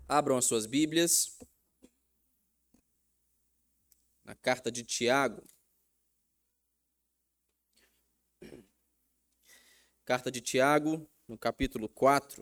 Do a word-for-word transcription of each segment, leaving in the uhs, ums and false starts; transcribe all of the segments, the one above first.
Abram as suas Bíblias na carta de Tiago. Carta de Tiago, no capítulo quatro.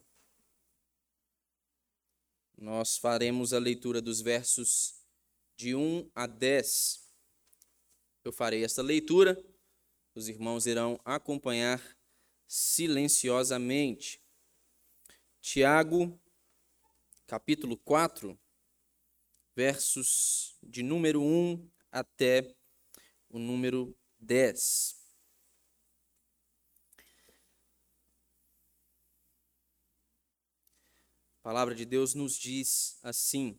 Nós faremos a leitura dos versos de um a dez. Eu farei esta leitura, os irmãos irão acompanhar silenciosamente. Tiago, capítulo quatro, versos de número um até o número dez. A palavra de Deus nos diz assim: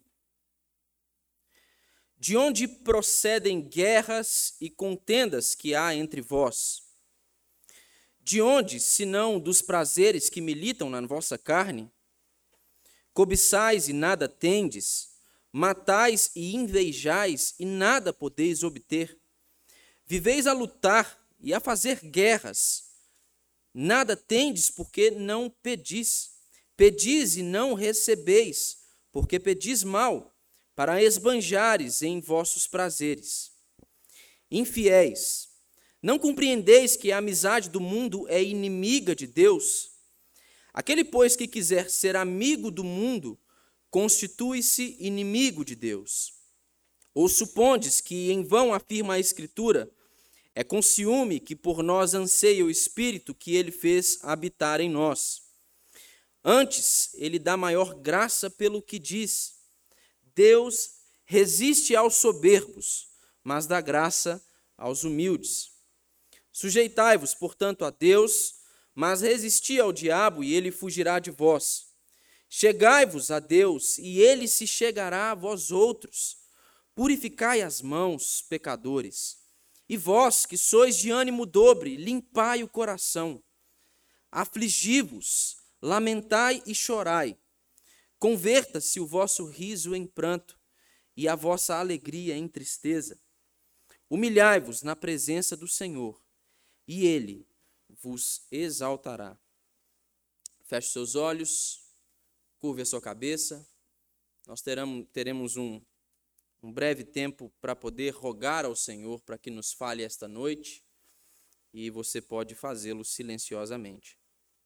de onde procedem guerras e contendas que há entre vós? De onde, senão dos prazeres que militam na vossa carne? Cobiçais e nada tendes, matais e invejais e nada podeis obter. Viveis a lutar e a fazer guerras. Nada tendes porque não pedis. Pedis e não recebeis, porque pedis mal, para esbanjares em vossos prazeres. Infiéis, não compreendeis que a amizade do mundo é inimiga de Deus? Aquele, pois, que quiser ser amigo do mundo, constitui-se inimigo de Deus. Ou supondes que em vão afirma a Escritura, é com ciúme que por nós anseia o Espírito que ele fez habitar em nós. Antes, ele dá maior graça pelo que diz: Deus resiste aos soberbos, mas dá graça aos humildes. Sujeitai-vos, portanto, a Deus, mas resisti ao diabo e ele fugirá de vós. Chegai-vos a Deus e ele se chegará a vós outros. Purificai as mãos, pecadores. E vós, que sois de ânimo dobre, limpai o coração. Afligi-vos, lamentai e chorai. Converta-se o vosso riso em pranto e a vossa alegria em tristeza. Humilhai-vos na presença do Senhor, e ele vos exaltará. Feche seus olhos, curve a sua cabeça. Nós teremos, teremos um, um breve tempo para poder rogar ao Senhor para que nos fale esta noite, e você pode fazê-lo silenciosamente.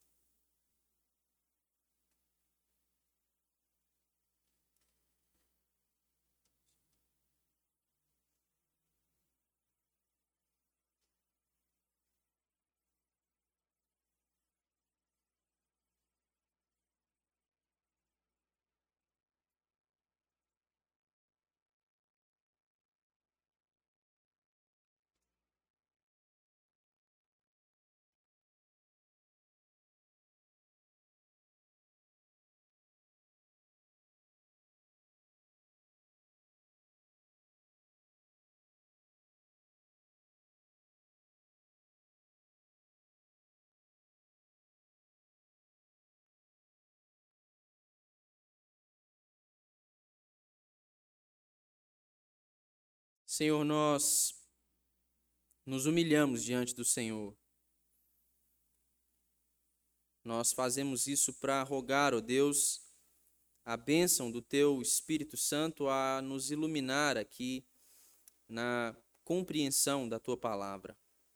Senhor, nós nos humilhamos diante do Senhor. Nós fazemos isso para rogar, ó Deus, a bênção do Teu Espírito Santo a nos iluminar aqui na compreensão da Tua palavra.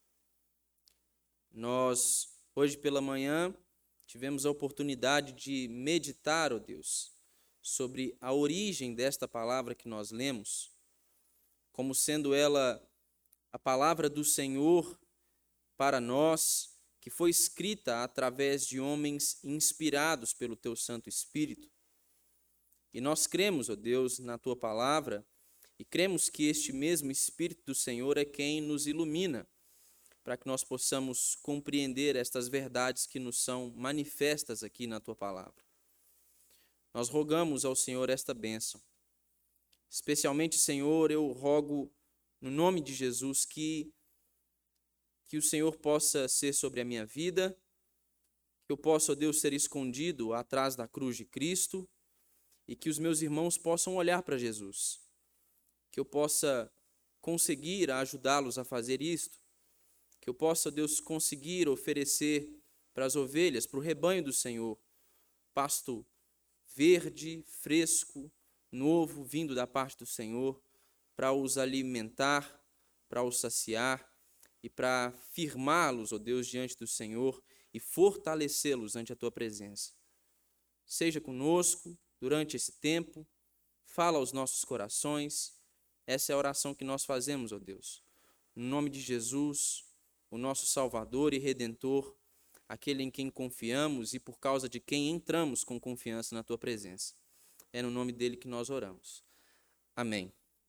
Nós, hoje pela manhã, tivemos a oportunidade de meditar, ó Deus, sobre a origem desta palavra que nós lemos, como sendo ela a palavra do Senhor para nós, que foi escrita através de homens inspirados pelo Teu Santo Espírito. E nós cremos, ó Deus, na Tua palavra, e cremos que este mesmo Espírito do Senhor é quem nos ilumina, para que nós possamos compreender estas verdades que nos são manifestas aqui na Tua palavra. Nós rogamos ao Senhor esta bênção. Especialmente, Senhor, eu rogo no nome de Jesus que, que o Senhor possa ser sobre a minha vida, que eu possa, ó Deus, ser escondido atrás da cruz de Cristo e que os meus irmãos possam olhar para Jesus, que eu possa conseguir ajudá-los a fazer isto, que eu possa, ó Deus, conseguir oferecer para as ovelhas, para o rebanho do Senhor, pasto verde, fresco, novo, vindo da parte do Senhor, para os alimentar, para os saciar e para firmá-los, ó Deus, diante do Senhor e fortalecê-los ante a Tua presença. Seja conosco durante esse tempo, fala aos nossos corações. Essa é a oração que nós fazemos, ó Deus. No nome de Jesus, o nosso Salvador e Redentor, aquele em quem confiamos e por causa de quem entramos com confiança na Tua presença. É no nome dele que nós oramos. Amém.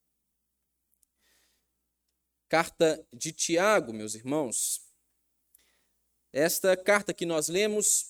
Carta de Tiago, meus irmãos. Esta carta que nós lemos,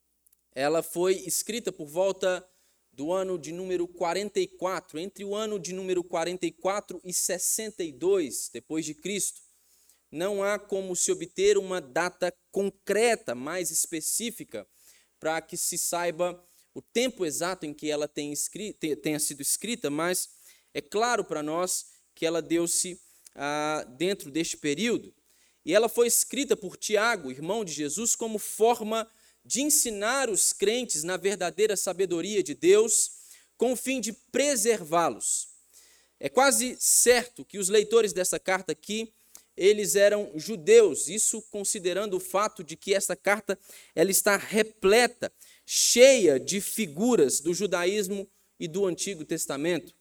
ela foi escrita por volta do ano de número quarenta e quatro, entre o ano de número quarenta e quatro e sessenta e dois depois de Cristo. Não há como se obter uma data concreta, mais específica, para que se saiba o tempo exato em que ela tenha, escrita, tenha sido escrita, mas é claro para nós que ela deu-se ah, dentro deste período. E ela foi escrita por Tiago, irmão de Jesus, como forma de ensinar os crentes na verdadeira sabedoria de Deus, com o fim de preservá-los. É quase certo que os leitores dessa carta aqui, eles eram judeus, isso considerando o fato de que essa carta ela está repleta, cheia de figuras do judaísmo e do Antigo Testamento.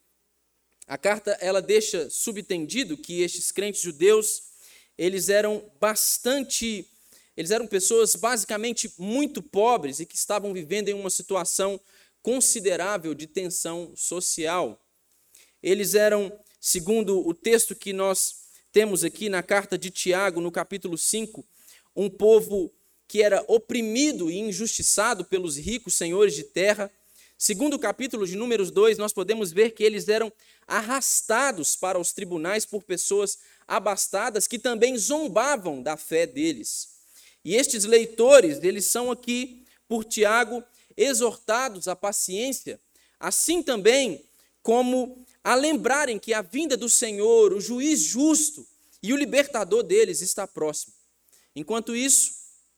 A carta ela deixa subentendido que estes crentes judeus, eles eram bastante, eles eram pessoas basicamente muito pobres e que estavam vivendo em uma situação considerável de tensão social. Eles eram, segundo o texto que nós temos aqui na carta de Tiago, no capítulo cinco, um povo que era oprimido e injustiçado pelos ricos senhores de terra. Segundo o capítulo de Números dois, nós podemos ver que eles eram arrastados para os tribunais por pessoas abastadas que também zombavam da fé deles. E estes leitores, eles são aqui, por Tiago, exortados à paciência, assim também como a lembrarem que a vinda do Senhor, o juiz justo e o libertador deles está próximo. Enquanto isso,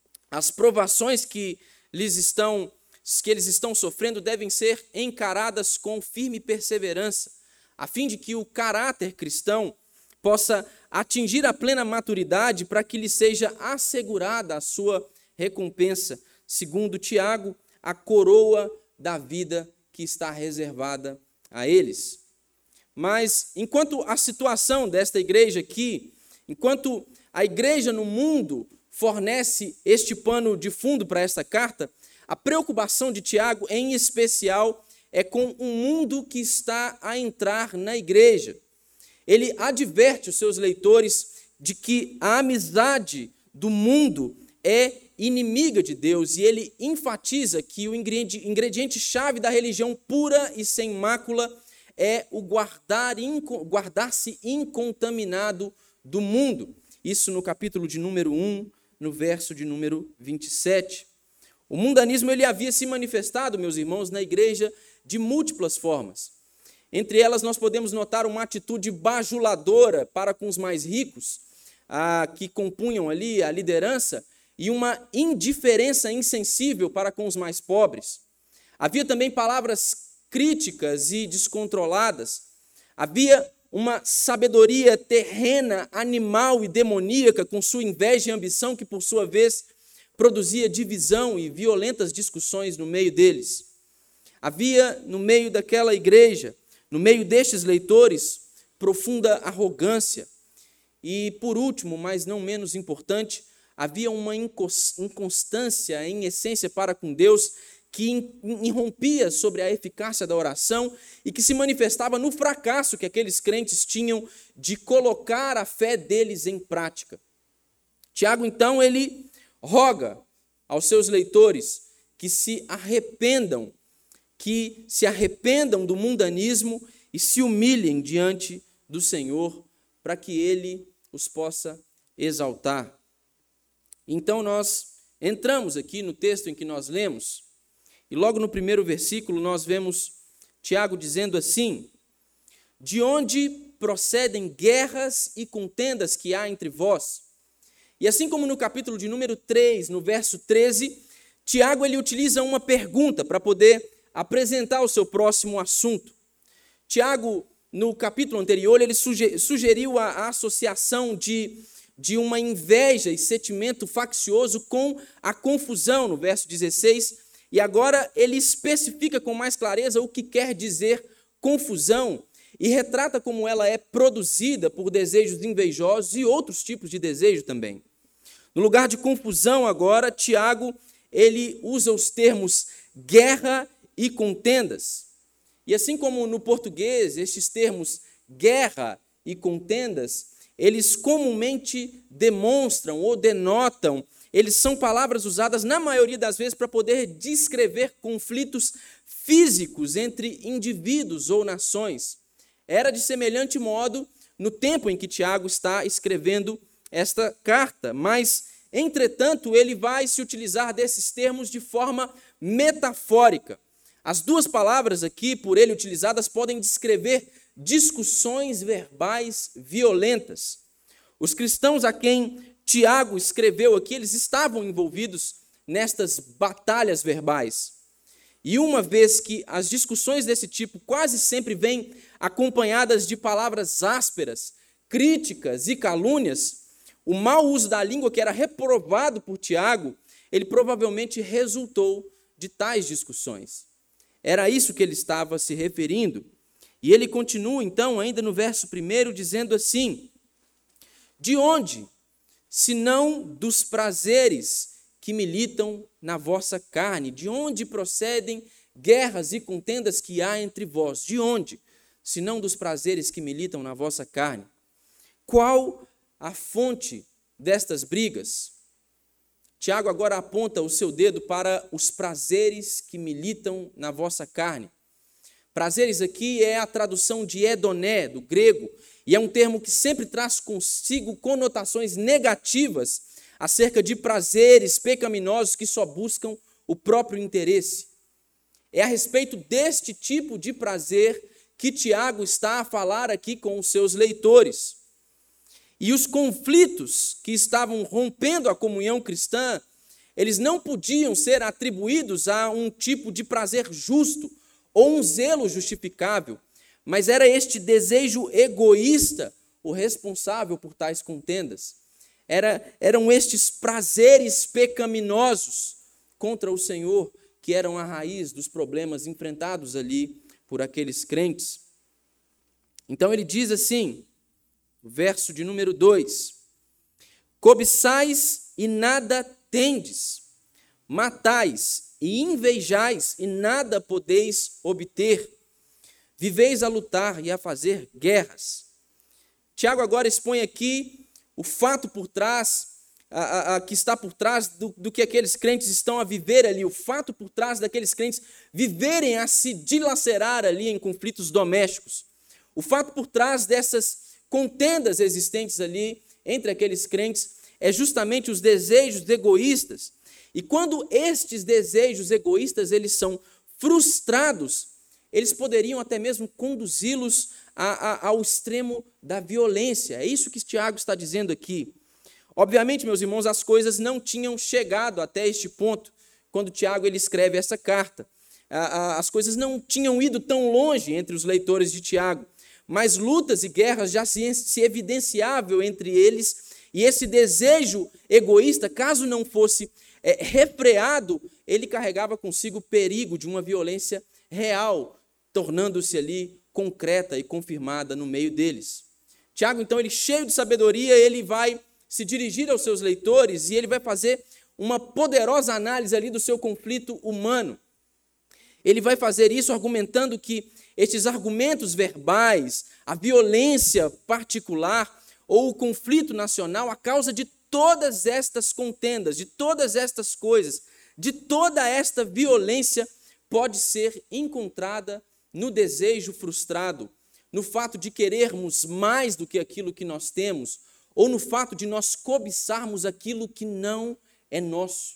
as provações que, lhes estão, que eles estão sofrendo devem ser encaradas com firme perseverança, a fim de que o caráter cristão possa atingir a plena maturidade para que lhe seja assegurada a sua recompensa, segundo Tiago, a coroa da vida que está reservada a eles. Mas, enquanto a situação desta igreja aqui, enquanto a igreja no mundo fornece este pano de fundo para esta carta, a preocupação de Tiago, em especial, é com o mundo que está a entrar na igreja. Ele adverte os seus leitores de que a amizade do mundo é inimiga de Deus e ele enfatiza que o ingrediente-chave da religião pura e sem mácula é o guardar, guardar-se incontaminado do mundo. Isso no capítulo de número um, no verso de número vinte e sete. O mundanismo ele havia se manifestado, meus irmãos, na igreja de múltiplas formas. Entre elas, nós podemos notar uma atitude bajuladora para com os mais ricos, a, que compunham ali a liderança, e uma indiferença insensível para com os mais pobres. Havia também palavras críticas e descontroladas. Havia uma sabedoria terrena, animal e demoníaca, com sua inveja e ambição, que, por sua vez, produzia divisão e violentas discussões no meio deles. Havia, no meio daquela igreja, no meio destes leitores, profunda arrogância. E, por último, mas não menos importante, havia uma inconstância em essência para com Deus que irrompia sobre a eficácia da oração e que se manifestava no fracasso que aqueles crentes tinham de colocar a fé deles em prática. Tiago, então, ele roga aos seus leitores que se arrependam, que se arrependam do mundanismo e se humilhem diante do Senhor para que Ele os possa exaltar. Então nós entramos aqui no texto em que nós lemos e logo no primeiro versículo nós vemos Tiago dizendo assim: de onde procedem guerras e contendas que há entre vós? E assim como no capítulo de número três, no verso treze, Tiago ele utiliza uma pergunta para poder apresentar o seu próximo assunto. Tiago, no capítulo anterior, ele sugeriu a associação de, de uma inveja e sentimento faccioso com a confusão, no verso dezesseis, e agora ele especifica com mais clareza o que quer dizer confusão e retrata como ela é produzida por desejos invejosos e outros tipos de desejo também. No lugar de confusão agora, Tiago, ele usa os termos guerra e contendas. E assim como no português, estes termos guerra e contendas, eles comumente demonstram ou denotam, eles são palavras usadas na maioria das vezes para poder descrever conflitos físicos entre indivíduos ou nações. Era de semelhante modo no tempo em que Tiago está escrevendo esta carta, mas, entretanto, ele vai se utilizar desses termos de forma metafórica. As duas palavras aqui, por ele utilizadas, podem descrever discussões verbais violentas. Os cristãos a quem Tiago escreveu aqui, eles estavam envolvidos nestas batalhas verbais. E uma vez que as discussões desse tipo quase sempre vêm acompanhadas de palavras ásperas, críticas e calúnias, o mau uso da língua que era reprovado por Tiago, ele provavelmente resultou de tais discussões. Era isso que ele estava se referindo. E ele continua, então, ainda no verso primeiro, dizendo assim: de onde, se não dos prazeres que militam na vossa carne? De onde procedem guerras e contendas que há entre vós? De onde, se não dos prazeres que militam na vossa carne? Qual a fonte destas brigas? Tiago agora aponta o seu dedo para os prazeres que militam na vossa carne. Prazeres aqui é a tradução de edoné, do grego, e é um termo que sempre traz consigo conotações negativas acerca de prazeres pecaminosos que só buscam o próprio interesse. É a respeito deste tipo de prazer que Tiago está a falar aqui com os seus leitores. E os conflitos que estavam rompendo a comunhão cristã, eles não podiam ser atribuídos a um tipo de prazer justo ou um zelo justificável, mas era este desejo egoísta o responsável por tais contendas. Era, eram estes prazeres pecaminosos contra o Senhor que eram a raiz dos problemas enfrentados ali por aqueles crentes. Então ele diz assim, verso de número dois: cobiçais e nada tendes, matais e invejais e nada podeis obter, viveis a lutar e a fazer guerras. Tiago agora expõe aqui o fato por trás, a, a, a, que está por trás do, do que aqueles crentes estão a viver ali, o fato por trás daqueles crentes viverem a se dilacerar ali em conflitos domésticos, o fato por trás dessas contendas existentes ali entre aqueles crentes é justamente os desejos egoístas. E quando estes desejos egoístas eles são frustrados, eles poderiam até mesmo conduzi-los a, a, ao extremo da violência. É isso que Tiago está dizendo aqui. Obviamente, meus irmãos, as coisas não tinham chegado até este ponto quando Tiago ele escreve essa carta. As coisas não tinham ido tão longe entre os leitores de Tiago. Mas lutas e guerras já se, se evidenciavam entre eles, e esse desejo egoísta, caso não fosse é, refreado, ele carregava consigo o perigo de uma violência real, tornando-se ali concreta e confirmada no meio deles. Tiago, então, ele cheio de sabedoria, ele vai se dirigir aos seus leitores e ele vai fazer uma poderosa análise ali do seu conflito humano. Ele vai fazer isso argumentando que estes argumentos verbais, a violência particular ou o conflito nacional, a causa de todas estas contendas, de todas estas coisas, de toda esta violência, pode ser encontrada no desejo frustrado, no fato de querermos mais do que aquilo que nós temos, ou no fato de nós cobiçarmos aquilo que não é nosso.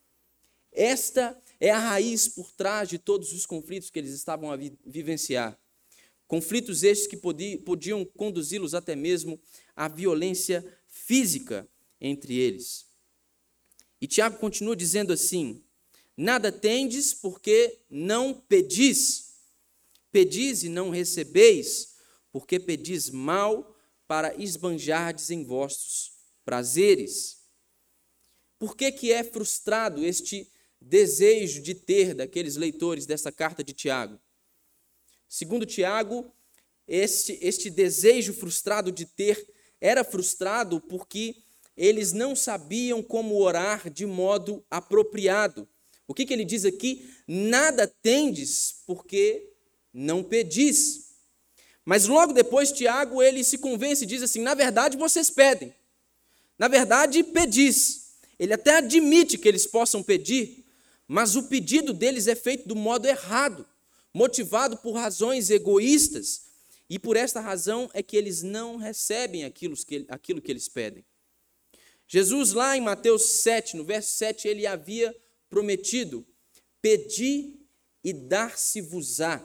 Esta é a raiz por trás de todos os conflitos que eles estavam a vi- vivenciar. Conflitos estes que podi- podiam conduzi-los até mesmo à violência física entre eles. E Tiago continua dizendo assim: Nada tendes porque não pedis. Pedis e não recebeis, porque pedis mal para esbanjardes em vossos prazeres. Por que que é frustrado este desejo de ter daqueles leitores dessa carta de Tiago? Segundo Tiago, este, este desejo frustrado de ter era frustrado porque eles não sabiam como orar de modo apropriado. O que que ele diz aqui? Nada tendes porque não pedis. Mas logo depois Tiago ele se convence e diz assim, na verdade vocês pedem. Na verdade pedis. Ele até admite que eles possam pedir, mas o pedido deles é feito do modo errado, motivado por razões egoístas, e por esta razão é que eles não recebem aquilo que, aquilo que eles pedem. Jesus, lá em Mateus sete, no verso sete, ele havia prometido, pedi e dar-se-vos-á.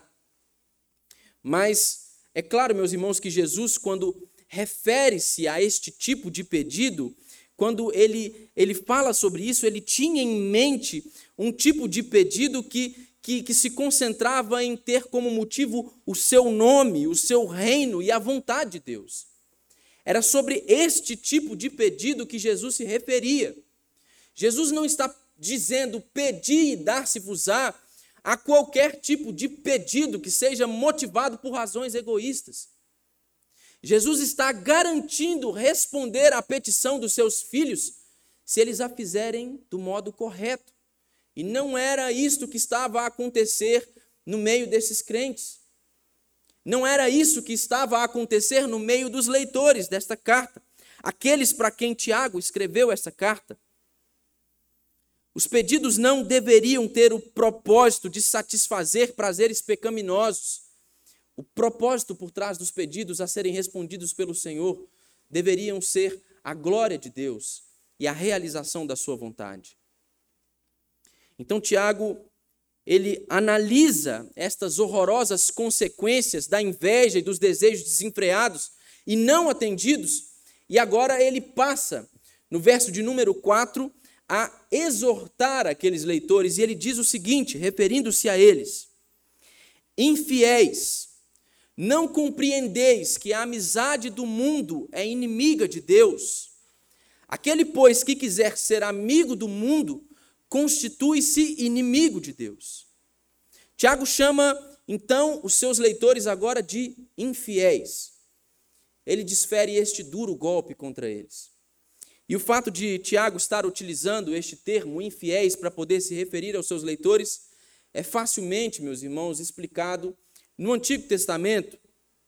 Mas é claro, meus irmãos, que Jesus, quando refere-se a este tipo de pedido, quando ele, ele fala sobre isso, ele tinha em mente um tipo de pedido que, que, que se concentrava em ter como motivo o seu nome, o seu reino e a vontade de Deus. Era sobre este tipo de pedido que Jesus se referia. Jesus não está dizendo pedi e dar-se-vos-á a qualquer tipo de pedido que seja motivado por razões egoístas. Jesus está garantindo responder à petição dos seus filhos se eles a fizerem do modo correto. E não era isto que estava a acontecer no meio desses crentes. Não era isso que estava a acontecer no meio dos leitores desta carta, aqueles para quem Tiago escreveu essa carta. Os pedidos não deveriam ter o propósito de satisfazer prazeres pecaminosos. O propósito por trás dos pedidos a serem respondidos pelo Senhor deveriam ser a glória de Deus e a realização da sua vontade. Então, Tiago, ele analisa estas horrorosas consequências da inveja e dos desejos desenfreados e não atendidos, e agora ele passa, no verso de número quatro, a exortar aqueles leitores, e ele diz o seguinte, referindo-se a eles: infiéis, não compreendeis que a amizade do mundo é inimiga de Deus? Aquele, pois, que quiser ser amigo do mundo, constitui-se inimigo de Deus. Tiago chama, então, os seus leitores agora de infiéis. Ele desfere este duro golpe contra eles. E o fato de Tiago estar utilizando este termo, infiéis, para poder se referir aos seus leitores, é facilmente, meus irmãos, explicado no Antigo Testamento,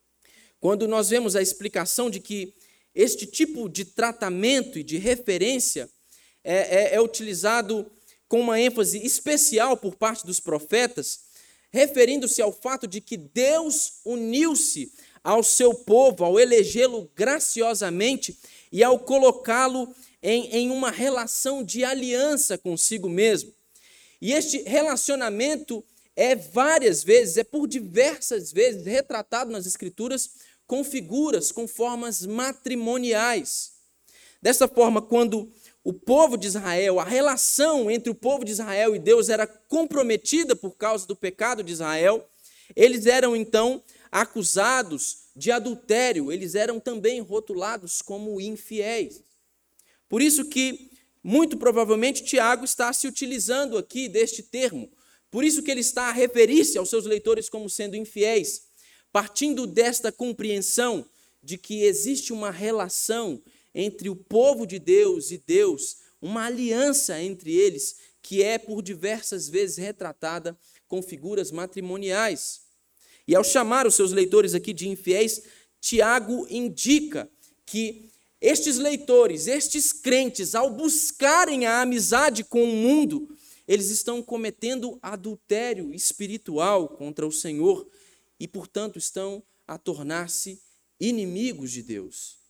quando nós vemos a explicação de que este tipo de tratamento e de referência é, é, é utilizado com uma ênfase especial por parte dos profetas, referindo-se ao fato de que Deus uniu-se ao seu povo, ao elegê-lo graciosamente e ao colocá-lo em, em uma relação de aliança consigo mesmo. E este relacionamento é várias vezes, é por diversas vezes retratado nas Escrituras com figuras, com formas matrimoniais. Dessa forma, quando o povo de Israel, a relação entre o povo de Israel e Deus era comprometida por causa do pecado de Israel, eles eram então acusados de adultério, eles eram também rotulados como infiéis. Por isso que, muito provavelmente, Tiago está se utilizando aqui deste termo, por isso que ele está a referir-se aos seus leitores como sendo infiéis, partindo desta compreensão de que existe uma relação entre o povo de Deus e Deus, uma aliança entre eles, que é por diversas vezes retratada com figuras matrimoniais. E ao chamar os seus leitores aqui de infiéis, Tiago indica que estes leitores, estes crentes, ao buscarem a amizade com o mundo, eles estão cometendo adultério espiritual contra o Senhor e, portanto, estão a tornar-se inimigos de Deus.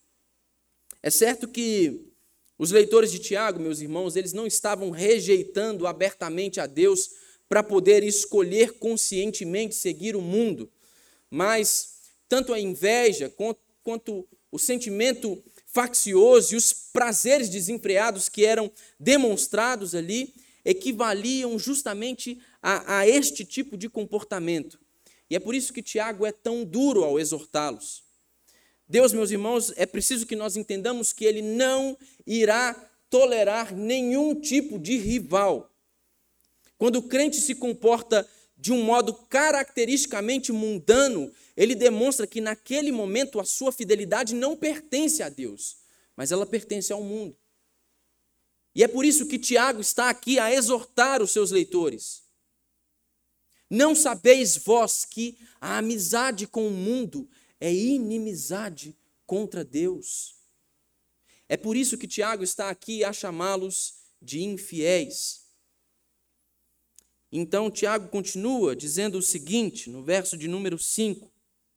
É certo que os leitores de Tiago, meus irmãos, eles não estavam rejeitando abertamente a Deus para poder escolher conscientemente seguir o mundo, mas tanto a inveja quanto, quanto o sentimento faccioso e os prazeres desenfreados que eram demonstrados ali equivaliam justamente a, a este tipo de comportamento. E é por isso que Tiago é tão duro ao exortá-los. Deus, meus irmãos, é preciso que nós entendamos que ele não irá tolerar nenhum tipo de rival. Quando o crente se comporta de um modo caracteristicamente mundano, ele demonstra que naquele momento a sua fidelidade não pertence a Deus, mas ela pertence ao mundo. E é por isso que Tiago está aqui a exortar os seus leitores. Não sabeis vós que a amizade com o mundo é inimizade contra Deus? É por isso que Tiago está aqui a chamá-los de infiéis. Então, Tiago continua dizendo o seguinte, no verso de número cinco.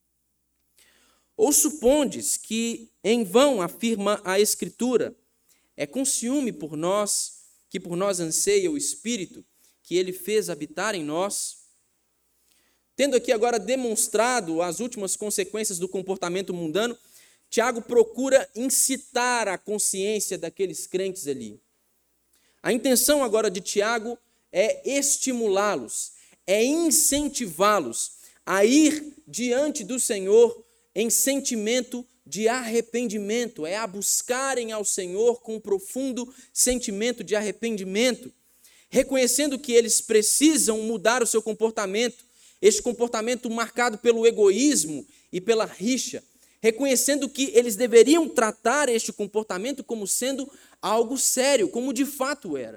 Ou supondes que em vão afirma a Escritura, é com ciúme por nós, que por nós anseia o Espírito, que ele fez habitar em nós? Tendo aqui agora demonstrado as últimas consequências do comportamento mundano, Tiago procura incitar a consciência daqueles crentes ali. A intenção agora de Tiago é estimulá-los, é incentivá-los a ir diante do Senhor em sentimento de arrependimento, é a buscarem ao Senhor com um profundo sentimento de arrependimento, reconhecendo que eles precisam mudar o seu comportamento, este comportamento marcado pelo egoísmo e pela rixa, reconhecendo que eles deveriam tratar este comportamento como sendo algo sério, como de fato era.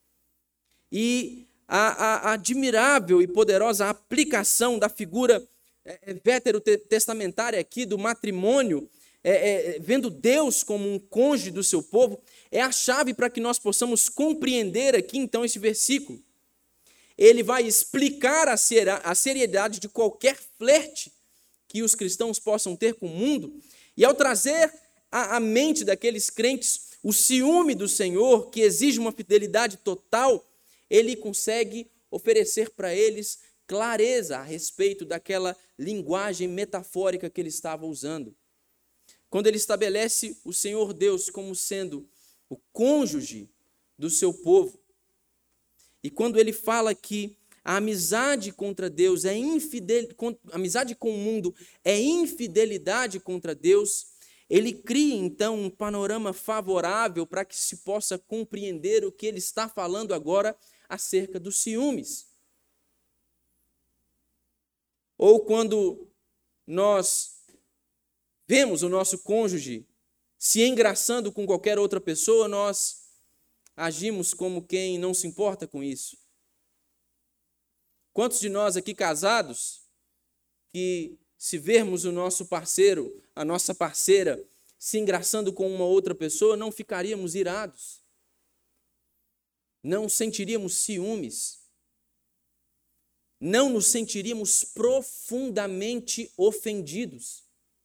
E a, a admirável e poderosa aplicação da figura é, veterotestamentária aqui do matrimônio, é, é, vendo Deus como um cônjuge do seu povo, é a chave para que nós possamos compreender aqui então esse versículo. Ele vai explicar a seriedade de qualquer flerte que os cristãos possam ter com o mundo, e ao trazer à mente daqueles crentes o ciúme do Senhor, que exige uma fidelidade total, ele consegue oferecer para eles clareza a respeito daquela linguagem metafórica que ele estava usando. Quando ele estabelece o Senhor Deus como sendo o cônjuge do seu povo, e quando ele fala que a amizade contra Deus é infidel... a amizade com o mundo é infidelidade contra Deus, ele cria então um panorama favorável para que se possa compreender o que ele está falando agora acerca dos ciúmes. Ou quando nós vemos o nosso cônjuge se engraçando com qualquer outra pessoa, nós agimos como quem não se importa com isso. Quantos de nós aqui casados, que se vermos o nosso parceiro, a nossa parceira, se engraçando com uma outra pessoa, não ficaríamos irados? Não sentiríamos ciúmes? Não nos sentiríamos profundamente ofendidos?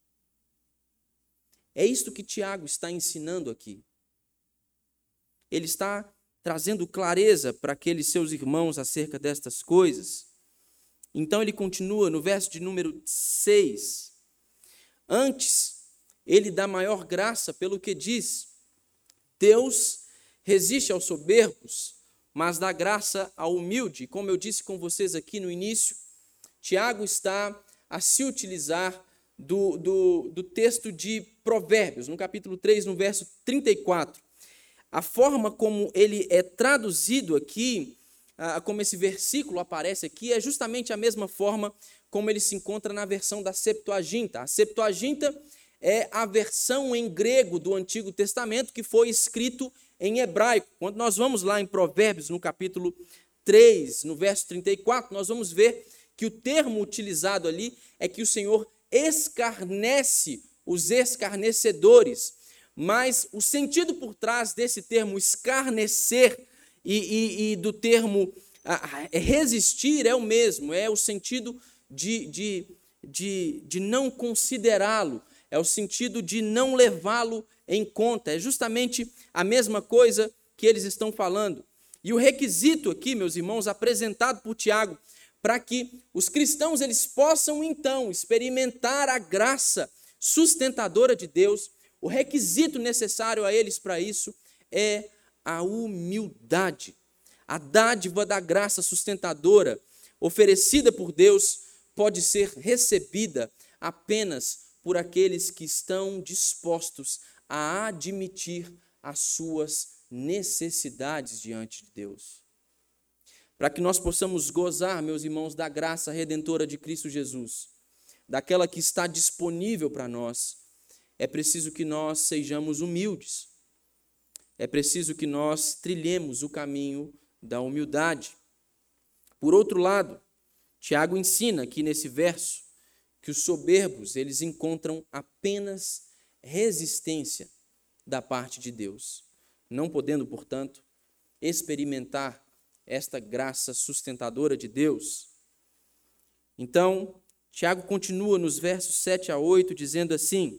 É isto que Tiago está ensinando aqui. Ele está trazendo clareza para aqueles seus irmãos acerca destas coisas. Então ele continua no verso de número seis. Antes, ele dá maior graça pelo que diz: Deus resiste aos soberbos, mas dá graça ao humilde. Como eu disse com vocês aqui no início, Tiago está a se utilizar do, do, do texto de Provérbios, no capítulo três, no verso trinta e quatro. A forma como ele é traduzido aqui, como esse versículo aparece aqui, é justamente a mesma forma como ele se encontra na versão da Septuaginta. A Septuaginta é a versão em grego do Antigo Testamento que foi escrito em hebraico. Quando nós vamos lá em Provérbios, no capítulo três, no verso trinta e quatro, nós vamos ver que o termo utilizado ali é que o Senhor escarnece os escarnecedores. Mas o sentido por trás desse termo escarnecer e, e, e do termo resistir é o mesmo, é o sentido de, de, de, de não considerá-lo, é o sentido de não levá-lo em conta, é justamente a mesma coisa que eles estão falando. E o requisito aqui, meus irmãos, apresentado por Tiago, para que os cristãos eles possam então experimentar a graça sustentadora de Deus, o requisito necessário a eles para isso é a humildade. A dádiva da graça sustentadora oferecida por Deus pode ser recebida apenas por aqueles que estão dispostos a admitir as suas necessidades diante de Deus. Para que nós possamos gozar, meus irmãos, da graça redentora de Cristo Jesus, daquela que está disponível para nós, é preciso que nós sejamos humildes. É preciso que nós trilhemos o caminho da humildade. Por outro lado, Tiago ensina aqui nesse verso que os soberbos, eles encontram apenas resistência da parte de Deus, não podendo, portanto, experimentar esta graça sustentadora de Deus. Então, Tiago continua nos versos sete a oito, dizendo assim: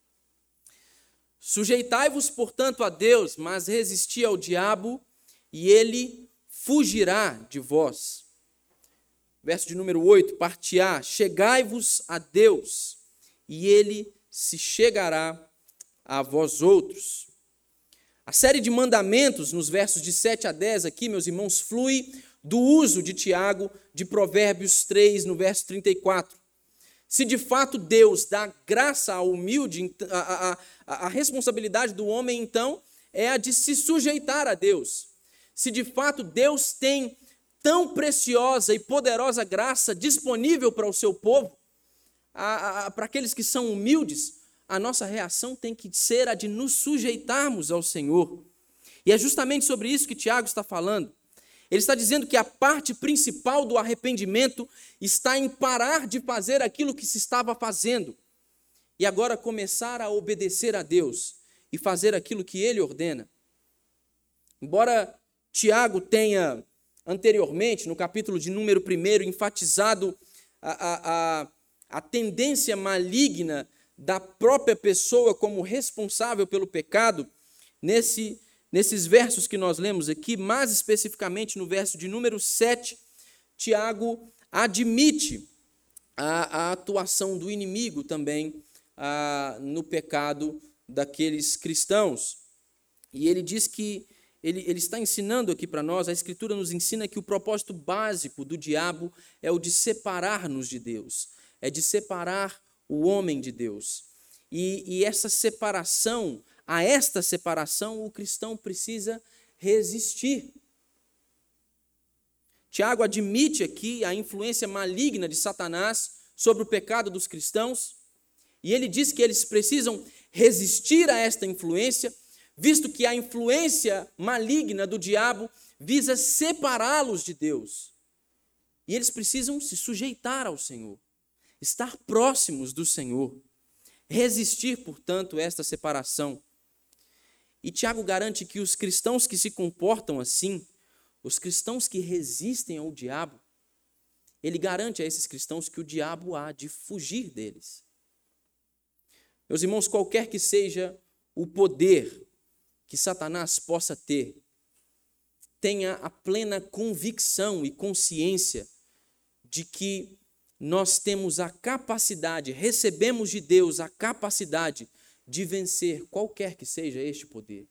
sujeitai-vos, portanto, a Deus, mas resisti ao diabo, e ele fugirá de vós. Verso de número oito, parte A: chegai-vos a Deus, e ele se chegará a vós outros. A série de mandamentos, nos versos de sete a dez aqui, meus irmãos, flui do uso de Tiago de Provérbios três, no verso trinta e quatro. Se de fato Deus dá graça ao humilde, a, a, a, a responsabilidade do homem, então, é a de se sujeitar a Deus. Se de fato Deus tem tão preciosa e poderosa graça disponível para o seu povo, a, a, para aqueles que são humildes, a nossa reação tem que ser a de nos sujeitarmos ao Senhor. E é justamente sobre isso que Tiago está falando. Ele está dizendo que a parte principal do arrependimento está em parar de fazer aquilo que se estava fazendo e agora começar a obedecer a Deus e fazer aquilo que Ele ordena. Embora Tiago tenha anteriormente, no capítulo de número um, enfatizado a, a, a, a tendência maligna da própria pessoa como responsável pelo pecado, nesse, nesses versos que nós lemos aqui, mais especificamente no verso de número sete, Tiago admite a, a atuação do inimigo também a, no pecado daqueles cristãos. E ele diz que, ele, ele está ensinando aqui para nós, a Escritura nos ensina que o propósito básico do diabo é o de separar-nos de Deus, é de separar o homem de Deus. E, e essa separação, a esta separação, o cristão precisa resistir. Tiago admite aqui a influência maligna de Satanás sobre o pecado dos cristãos, e ele diz que eles precisam resistir a esta influência, visto que a influência maligna do diabo visa separá-los de Deus. E eles precisam se sujeitar ao Senhor, estar próximos do Senhor, resistir, portanto, a esta separação. E Tiago garante que os cristãos que se comportam assim, os cristãos que resistem ao diabo, ele garante a esses cristãos que o diabo há de fugir deles. Meus irmãos, qualquer que seja o poder que Satanás possa ter, tenha a plena convicção e consciência de que nós temos a capacidade, recebemos de Deus a capacidade de vencer qualquer que seja este poder.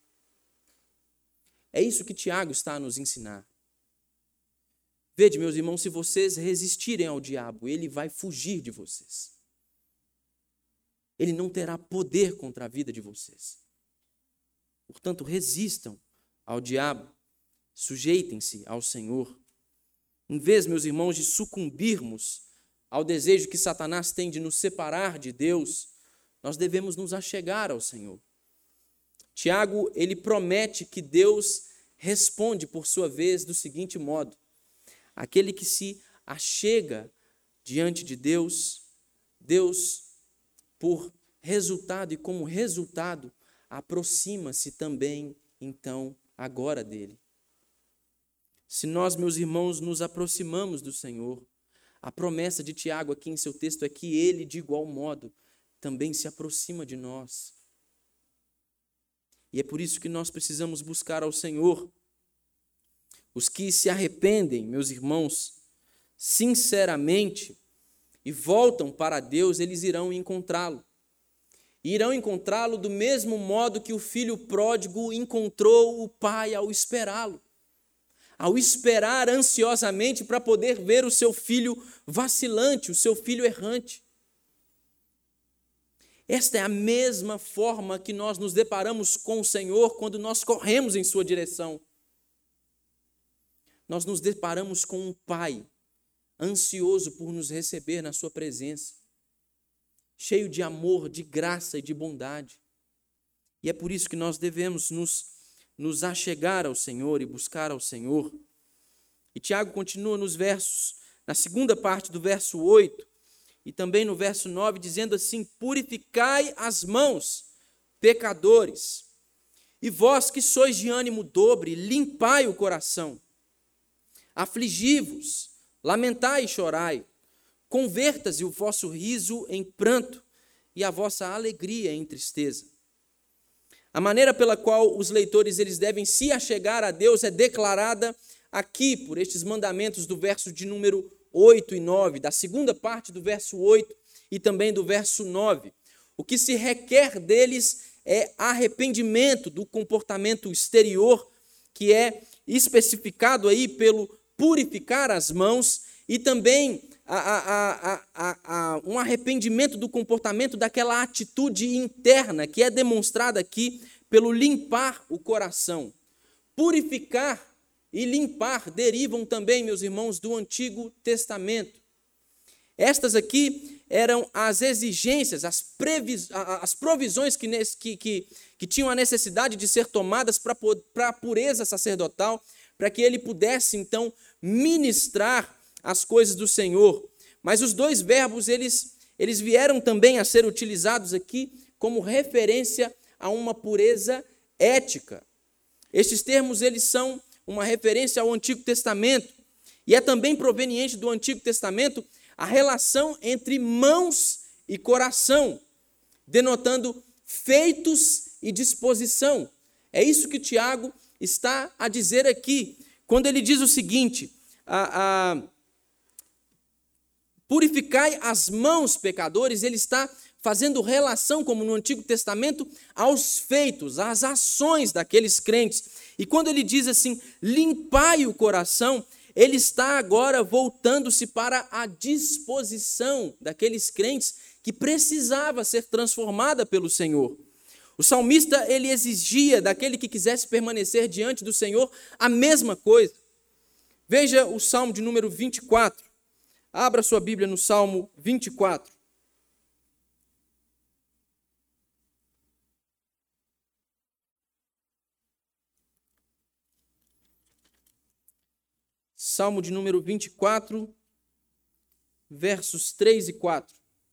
É isso que Tiago está a nos ensinar. Vede, meus irmãos, se vocês resistirem ao diabo, ele vai fugir de vocês. Ele não terá poder contra a vida de vocês. Portanto, resistam ao diabo, sujeitem-se ao Senhor. Em vez, meus irmãos, de sucumbirmos ao desejo que Satanás tem de nos separar de Deus, nós devemos nos achegar ao Senhor. Tiago, ele promete que Deus responde, por sua vez, do seguinte modo: aquele que se achega diante de Deus, Deus, por resultado e como resultado, aproxima-se também, então, agora dele. Se nós, meus irmãos, nos aproximamos do Senhor, a promessa de Tiago aqui em seu texto é que ele, de igual modo, também se aproxima de nós. E é por isso que nós precisamos buscar ao Senhor. Os que se arrependem, meus irmãos, sinceramente, e voltam para Deus, eles irão encontrá-lo. E irão encontrá-lo do mesmo modo que o filho pródigo encontrou o pai ao esperá-lo. ao esperar ansiosamente para poder ver o seu filho vacilante, o seu filho errante. Esta é a mesma forma que nós nos deparamos com o Senhor quando nós corremos em sua direção. Nós nos deparamos com um Pai ansioso por nos receber na sua presença, cheio de amor, de graça e de bondade. E é por isso que nós devemos nos, nos achegar ao Senhor e buscar ao Senhor. E Tiago continua nos versos, na segunda parte do verso oito, e também no verso nove, dizendo assim: purificai as mãos, pecadores, e vós que sois de ânimo dobre, limpai o coração. Afligi-vos, lamentai e chorai, converta-se o vosso riso em pranto e a vossa alegria em tristeza. A maneira pela qual os leitores eles devem se achegar a Deus é declarada aqui por estes mandamentos do verso de número oito e nove, da segunda parte do verso oito e também do verso nove. O que se requer deles é arrependimento do comportamento exterior, que é especificado aí pelo purificar as mãos, e também a, a, a, a, a, um arrependimento do comportamento daquela atitude interna, que é demonstrada aqui pelo limpar o coração. Purificar e limpar derivam também, meus irmãos, do Antigo Testamento. Estas aqui eram as exigências, as, previs, as provisões que, que, que, que tinham a necessidade de ser tomadas para a pureza sacerdotal, para que ele pudesse, então, ministrar as coisas do Senhor. Mas os dois verbos, eles, eles vieram também a ser utilizados aqui como referência a uma pureza ética. Estes termos, eles são uma referência ao Antigo Testamento, e é também proveniente do Antigo Testamento a relação entre mãos e coração, denotando feitos e disposição. É isso que Tiago está a dizer aqui, quando ele diz o seguinte: a, a, purificai as mãos, pecadores. Ele está fazendo relação, como no Antigo Testamento, aos feitos, às ações daqueles crentes. E quando ele diz assim, limpai o coração, ele está agora voltando-se para a disposição daqueles crentes que precisava ser transformada pelo Senhor. O salmista, ele exigia daquele que quisesse permanecer diante do Senhor a mesma coisa. Veja o Salmo de número vinte e quatro. Abra sua Bíblia no Salmo vinte e quatro. Salmo de número vinte e quatro, versos três e quatro.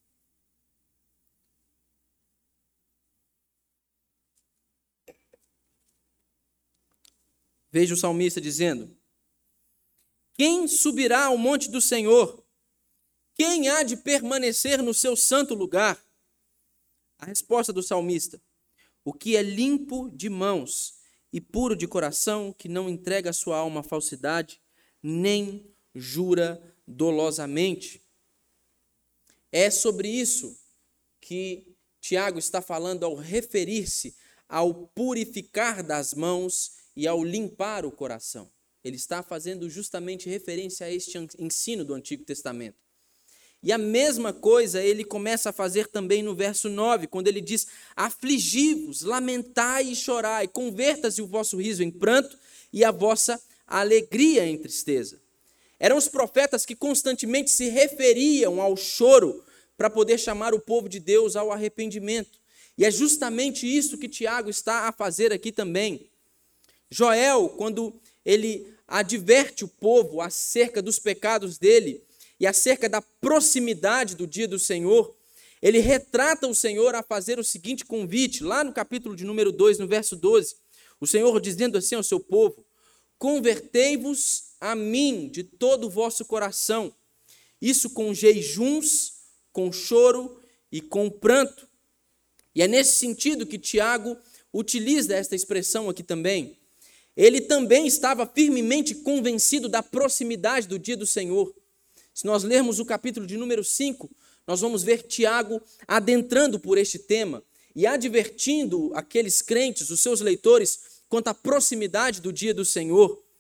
Veja o salmista dizendo: quem subirá ao monte do Senhor? Quem há de permanecer no seu santo lugar? A resposta do salmista: o que é limpo de mãos e puro de coração, que não entrega a sua alma à falsidade, nem jura dolosamente. É sobre isso que Tiago está falando ao referir-se ao purificar das mãos e ao limpar o coração. Ele está fazendo justamente referência a este ensino do Antigo Testamento. E a mesma coisa ele começa a fazer também no verso nove, quando ele diz: afligi-vos, lamentai e chorai, converta-se o vosso riso em pranto e a vossa alegria em tristeza. Eram os profetas que constantemente se referiam ao choro para poder chamar o povo de Deus ao arrependimento. E é justamente isso que Tiago está a fazer aqui também. Joel, quando ele adverte o povo acerca dos pecados dele e acerca da proximidade do dia do Senhor, ele retrata o Senhor a fazer o seguinte convite, lá no capítulo de número dois, no verso doze, o Senhor dizendo assim ao seu povo: convertei-vos a mim de todo o vosso coração, isso com jejuns, com choro e com pranto. E é nesse sentido que Tiago utiliza esta expressão aqui também. Ele também estava firmemente convencido da proximidade do dia do Senhor. Se nós lermos o capítulo de número cinco, nós vamos ver Tiago adentrando por este tema e advertindo aqueles crentes, os seus leitores, quanto à proximidade do dia do Senhor.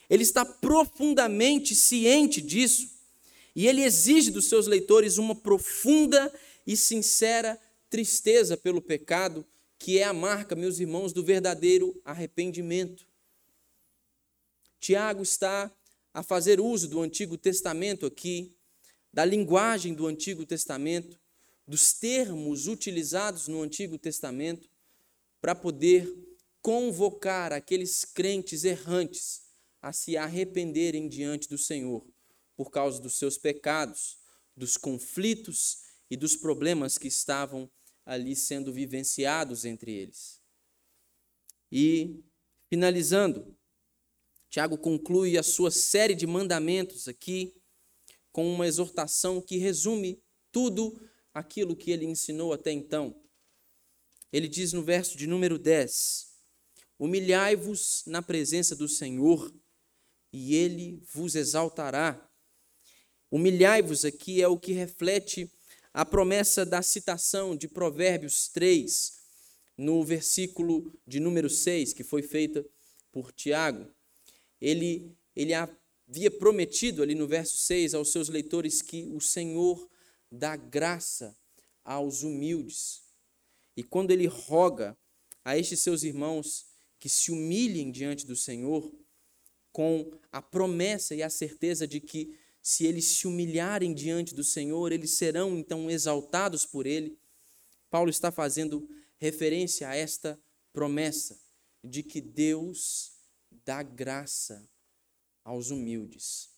Ele está profundamente ciente disso. E ele exige dos seus leitores uma profunda e sincera tristeza pelo pecado, que é a marca, meus irmãos, do verdadeiro arrependimento. Tiago está a fazer uso do Antigo Testamento aqui, da linguagem do Antigo Testamento, dos termos utilizados no Antigo Testamento, para poder convocar aqueles crentes errantes a se arrependerem diante do Senhor, por causa dos seus pecados, dos conflitos e dos problemas que estavam ali sendo vivenciados entre eles. E, finalizando, Tiago conclui a sua série de mandamentos aqui com uma exortação que resume tudo aquilo que ele ensinou até então. Ele diz no verso de número dez: humilhai-vos na presença do Senhor, e ele vos exaltará. Humilhai-vos aqui é o que reflete a promessa da citação de Provérbios três, no versículo de número seis, que foi feita por Tiago. Ele, ele havia prometido ali no verso seis aos seus leitores que o Senhor dá graça aos humildes. E quando ele roga a estes seus irmãos que se humilhem diante do Senhor, com a promessa e a certeza de que, se eles se humilharem diante do Senhor, eles serão então exaltados por Ele, Paulo está fazendo referência a esta promessa de que Deus dá graça aos humildes.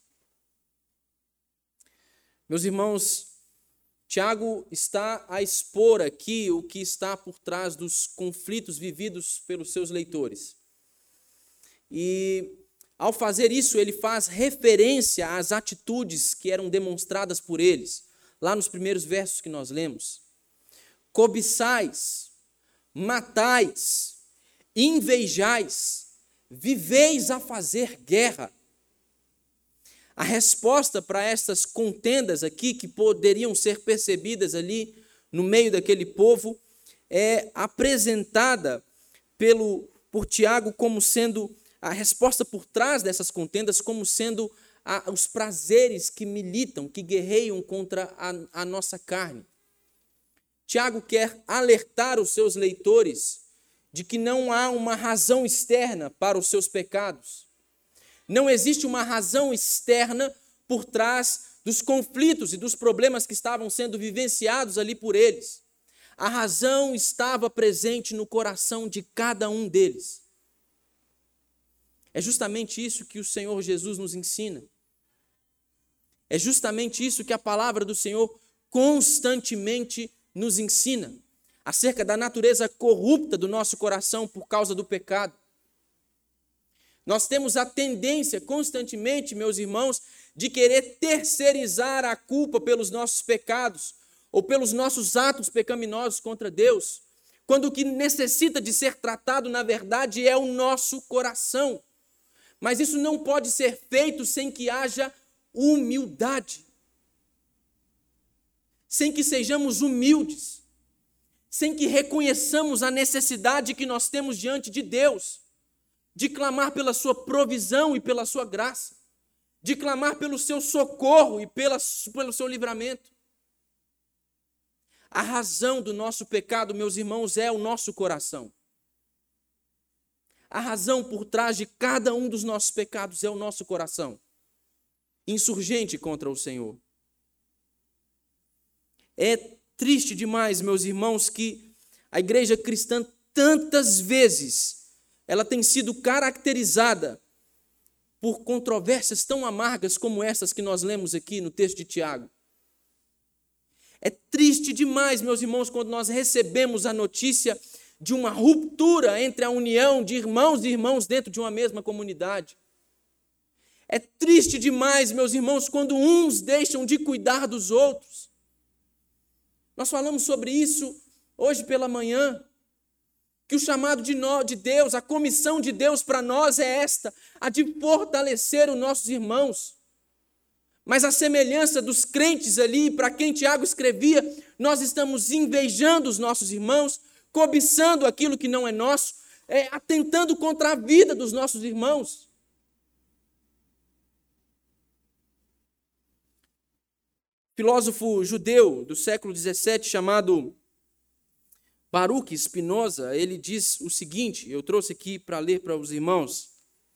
Meus irmãos, Tiago está a expor aqui o que está por trás dos conflitos vividos pelos seus leitores. E, ao fazer isso, ele faz referência às atitudes que eram demonstradas por eles, lá nos primeiros versos que nós lemos. Cobiçais, matais, invejais, viveis a fazer guerra. A resposta para estas contendas aqui, que poderiam ser percebidas ali no meio daquele povo, é apresentada pelo, por Tiago como sendo, a resposta por trás dessas contendas, como sendo a, os prazeres que militam, que guerreiam contra a, a nossa carne. Tiago quer alertar os seus leitores de que não há uma razão externa para os seus pecados. Não existe uma razão externa por trás dos conflitos e dos problemas que estavam sendo vivenciados ali por eles. A razão estava presente no coração de cada um deles. É justamente isso que o Senhor Jesus nos ensina. É justamente isso que a palavra do Senhor constantemente nos ensina, acerca da natureza corrupta do nosso coração por causa do pecado. Nós temos a tendência constantemente, meus irmãos, de querer terceirizar a culpa pelos nossos pecados ou pelos nossos atos pecaminosos contra Deus, quando o que necessita de ser tratado, na verdade, é o nosso coração. Mas isso não pode ser feito sem que haja humildade, sem que sejamos humildes, sem que reconheçamos a necessidade que nós temos diante de Deus, de clamar pela sua provisão e pela sua graça, de clamar pelo seu socorro e pela, pelo seu livramento. A razão do nosso pecado, meus irmãos, é o nosso coração. A razão por trás de cada um dos nossos pecados é o nosso coração, insurgente contra o Senhor. É triste demais, meus irmãos, que a igreja cristã tantas vezes ela tem sido caracterizada por controvérsias tão amargas como essas que nós lemos aqui no texto de Tiago. É triste demais, meus irmãos, quando nós recebemos a notícia de uma ruptura entre a união de irmãos e irmãos dentro de uma mesma comunidade. É triste demais, meus irmãos, quando uns deixam de cuidar dos outros. Nós falamos sobre isso hoje pela manhã, que o chamado de, nós, de Deus, a comissão de Deus para nós é esta, a de fortalecer os nossos irmãos. Mas a semelhança dos crentes ali, para quem Tiago escrevia, nós estamos invejando os nossos irmãos, cobiçando aquilo que não é nosso, é, atentando contra a vida dos nossos irmãos. Filósofo judeu do século dezessete chamado Baruch Spinoza, ele diz o seguinte, eu trouxe aqui para ler para os irmãos.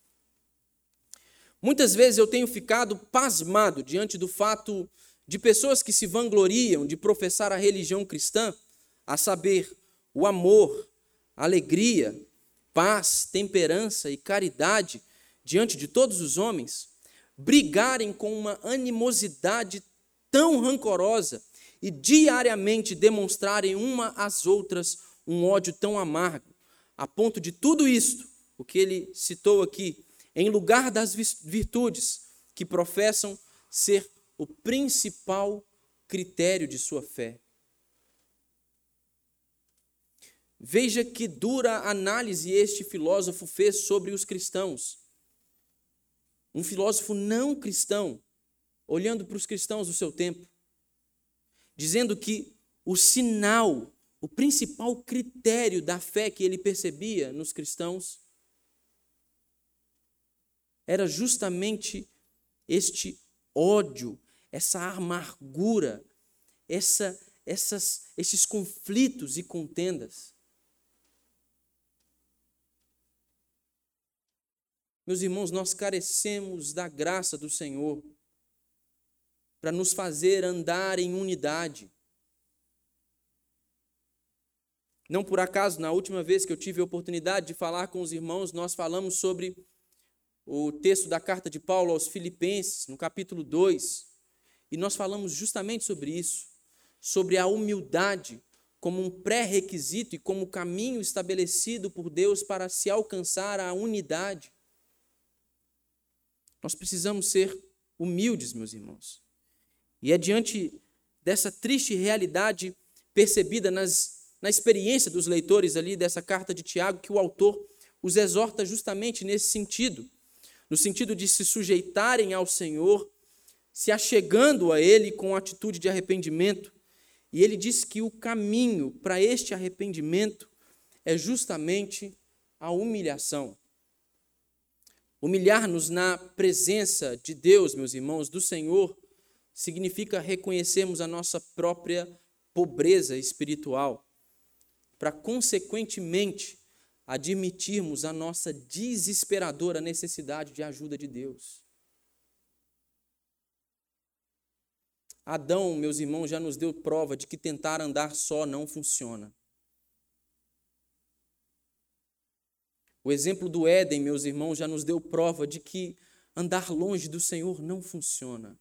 Muitas vezes eu tenho ficado pasmado diante do fato de pessoas que se vangloriam de professar a religião cristã, a saber, o amor, alegria, paz, temperança e caridade diante de todos os homens, brigarem com uma animosidade tão rancorosa e diariamente demonstrarem uma às outras um ódio tão amargo, a ponto de tudo isto, o que ele citou aqui, em lugar das virtudes que professam ser o principal critério de sua fé. Veja que dura análise este filósofo fez sobre os cristãos. Um filósofo não cristão, olhando para os cristãos do seu tempo, dizendo que o sinal, o principal critério da fé que ele percebia nos cristãos era justamente este ódio, essa amargura, essa, essas, esses conflitos e contendas. Meus irmãos, nós carecemos da graça do Senhor para nos fazer andar em unidade. Não por acaso, na última vez que eu tive a oportunidade de falar com os irmãos, nós falamos sobre o texto da carta de Paulo aos Filipenses, no capítulo dois, e nós falamos justamente sobre isso, sobre a humildade como um pré-requisito e como caminho estabelecido por Deus para se alcançar a unidade. Nós precisamos ser humildes, meus irmãos. E é diante dessa triste realidade percebida nas, na experiência dos leitores ali dessa carta de Tiago que o autor os exorta justamente nesse sentido, no sentido de se sujeitarem ao Senhor, se achegando a Ele com atitude de arrependimento. E ele diz que o caminho para este arrependimento é justamente a humilhação. Humilhar-nos na presença de Deus, meus irmãos, do Senhor, significa reconhecermos a nossa própria pobreza espiritual, para, consequentemente, admitirmos a nossa desesperadora necessidade de ajuda de Deus. Adão, meus irmãos, já nos deu prova de que tentar andar só não funciona. O exemplo do Éden, meus irmãos, já nos deu prova de que andar longe do Senhor não funciona.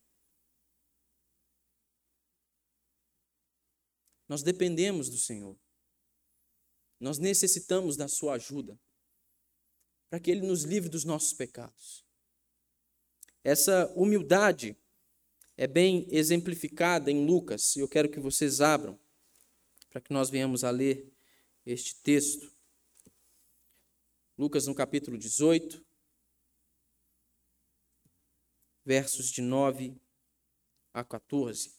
Nós dependemos do Senhor. Nós necessitamos da sua ajuda para que Ele nos livre dos nossos pecados. Essa humildade é bem exemplificada em Lucas, e eu quero que vocês abram para que nós venhamos a ler este texto. Lucas, no capítulo dezoito, versos de nove a quatorze.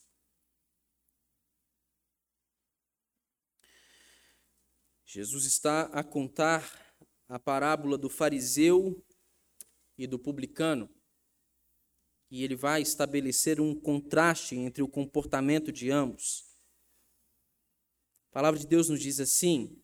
Jesus está a contar a parábola do fariseu e do publicano, e ele vai estabelecer um contraste entre o comportamento de ambos. A palavra de Deus nos diz assim: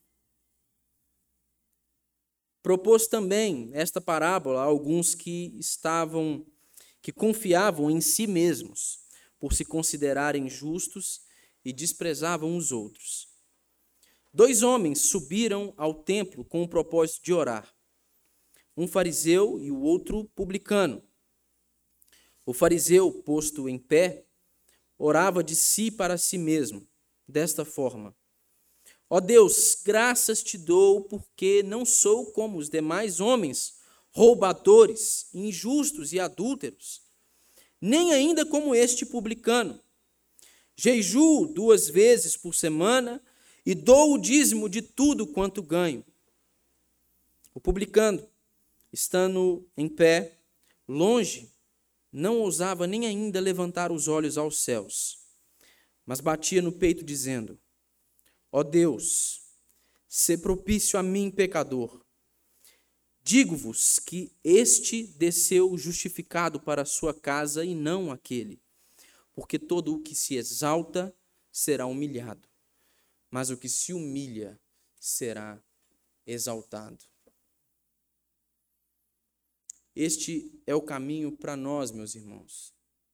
propôs também esta parábola a alguns que estavam, que confiavam em si mesmos, por se considerarem justos e desprezavam os outros. Dois homens subiram ao templo com o propósito de orar, um fariseu e o outro publicano. O fariseu, posto em pé, orava de si para si mesmo, desta forma: ó Deus, graças te dou, porque não sou como os demais homens, roubadores, injustos e adúlteros, nem ainda como este publicano. Jejuo duas vezes por semana e dou o dízimo de tudo quanto ganho. O publicano, estando em pé, longe, não ousava nem ainda levantar os olhos aos céus, mas batia no peito dizendo: ó Deus, sê propício a mim, pecador. Digo-vos que este desceu justificado para a sua casa e não aquele. porque todo o que se exalta será humilhado, mas o que se humilha será exaltado. Este é o caminho para nós, meus irmãos.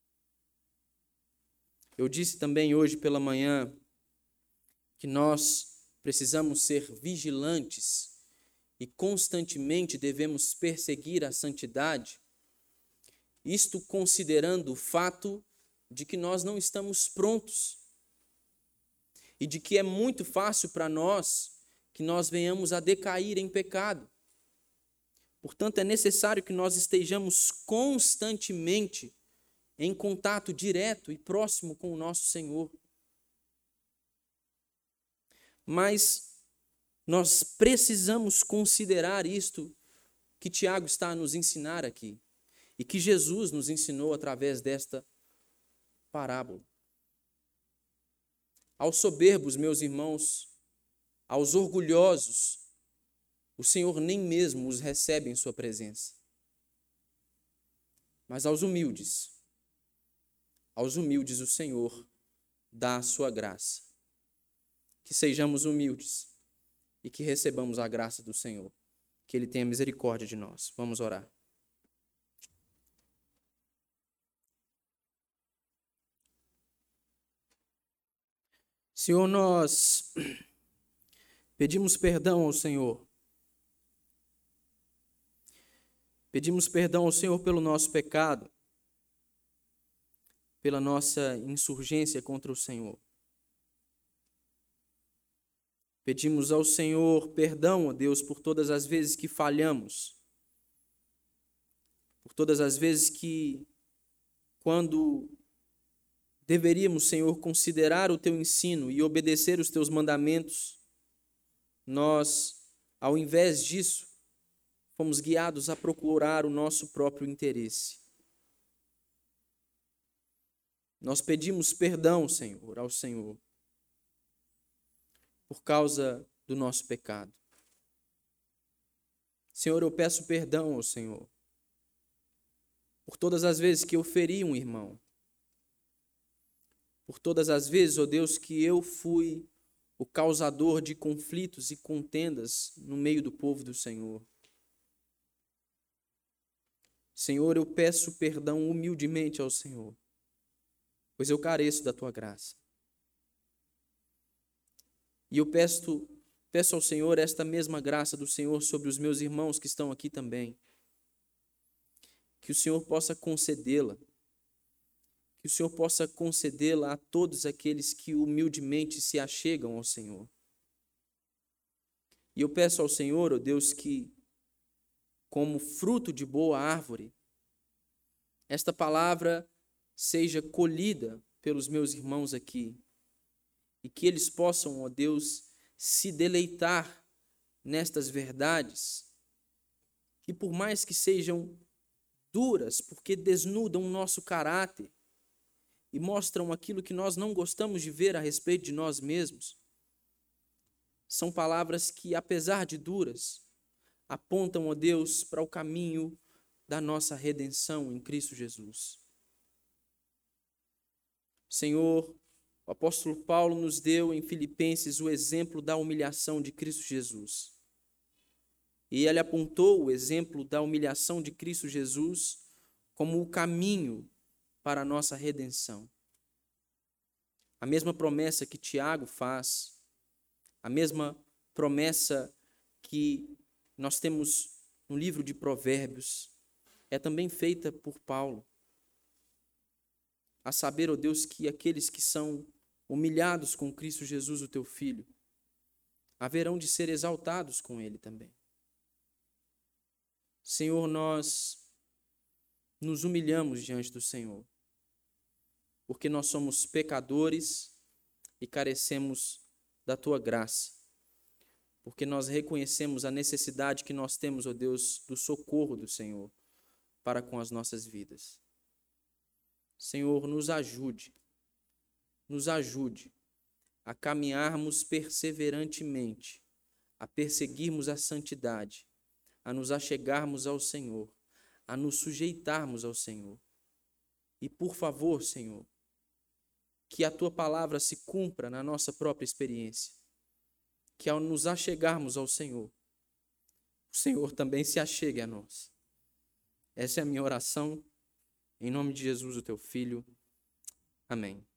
Eu disse também hoje pela manhã que nós precisamos ser vigilantes e constantemente devemos perseguir a santidade, isto considerando o fato de que nós não estamos prontos e de que é muito fácil para nós que nós venhamos a decair em pecado. Portanto, é necessário que nós estejamos constantemente em contato direto e próximo com o nosso Senhor. Mas nós precisamos considerar isto que Tiago está a nos ensinar aqui e que Jesus nos ensinou através desta parábola. Aos soberbos, meus irmãos, aos orgulhosos, o Senhor nem mesmo os recebe em sua presença. Mas aos humildes, aos humildes o Senhor dá a sua graça. Que sejamos humildes e que recebamos a graça do Senhor. Que Ele tenha misericórdia de nós. Vamos orar. Senhor, nós pedimos perdão ao Senhor. Pedimos perdão ao Senhor pelo nosso pecado, pela nossa insurgência contra o Senhor. Pedimos ao Senhor perdão, ó Deus, por todas as vezes que falhamos, por todas as vezes que, quando deveríamos, Senhor, considerar o Teu ensino e obedecer os Teus mandamentos, nós, ao invés disso, fomos guiados a procurar o nosso próprio interesse. Nós pedimos perdão, Senhor, ao Senhor, por causa do nosso pecado. Senhor, eu peço perdão ao Senhor por todas as vezes que eu feri um irmão, por todas as vezes, ó Deus, que eu fui o causador de conflitos e contendas no meio do povo do Senhor. Senhor, eu peço perdão humildemente ao Senhor, pois eu careço da Tua graça. E eu peço, peço ao Senhor esta mesma graça do Senhor sobre os meus irmãos que estão aqui também. Que o Senhor possa concedê-la. Que o Senhor possa concedê-la a todos aqueles que humildemente se achegam ao Senhor. E eu peço ao Senhor, ó Deus, que, como fruto de boa árvore, esta palavra seja colhida pelos meus irmãos aqui. E que eles possam, ó Deus, se deleitar nestas verdades, que por mais que sejam duras, porque desnudam o nosso caráter e mostram aquilo que nós não gostamos de ver a respeito de nós mesmos, são palavras que, apesar de duras, apontam, ó Deus, para o caminho da nossa redenção em Cristo Jesus. Senhor, o apóstolo Paulo nos deu em Filipenses o exemplo da humilhação de Cristo Jesus. E ele apontou o exemplo da humilhação de Cristo Jesus como o caminho para a nossa redenção. A mesma promessa que Tiago faz, a mesma promessa que nós temos no livro de Provérbios, é também feita por Paulo. A saber, ó Deus, que aqueles que são humilhados com Cristo Jesus, o Teu Filho, haverão de ser exaltados com Ele também. Senhor, nós nos humilhamos diante do Senhor, porque nós somos pecadores e carecemos da Tua graça, porque nós reconhecemos a necessidade que nós temos, ó Deus, do socorro do Senhor para com as nossas vidas. Senhor, nos ajude, nos ajude a caminharmos perseverantemente, a perseguirmos a santidade, a nos achegarmos ao Senhor, a nos sujeitarmos ao Senhor. E por favor, Senhor, que a tua palavra se cumpra na nossa própria experiência. Que ao nos achegarmos ao Senhor, o Senhor também se achegue a nós. Essa é a minha oração, em nome de Jesus, o teu Filho. Amém.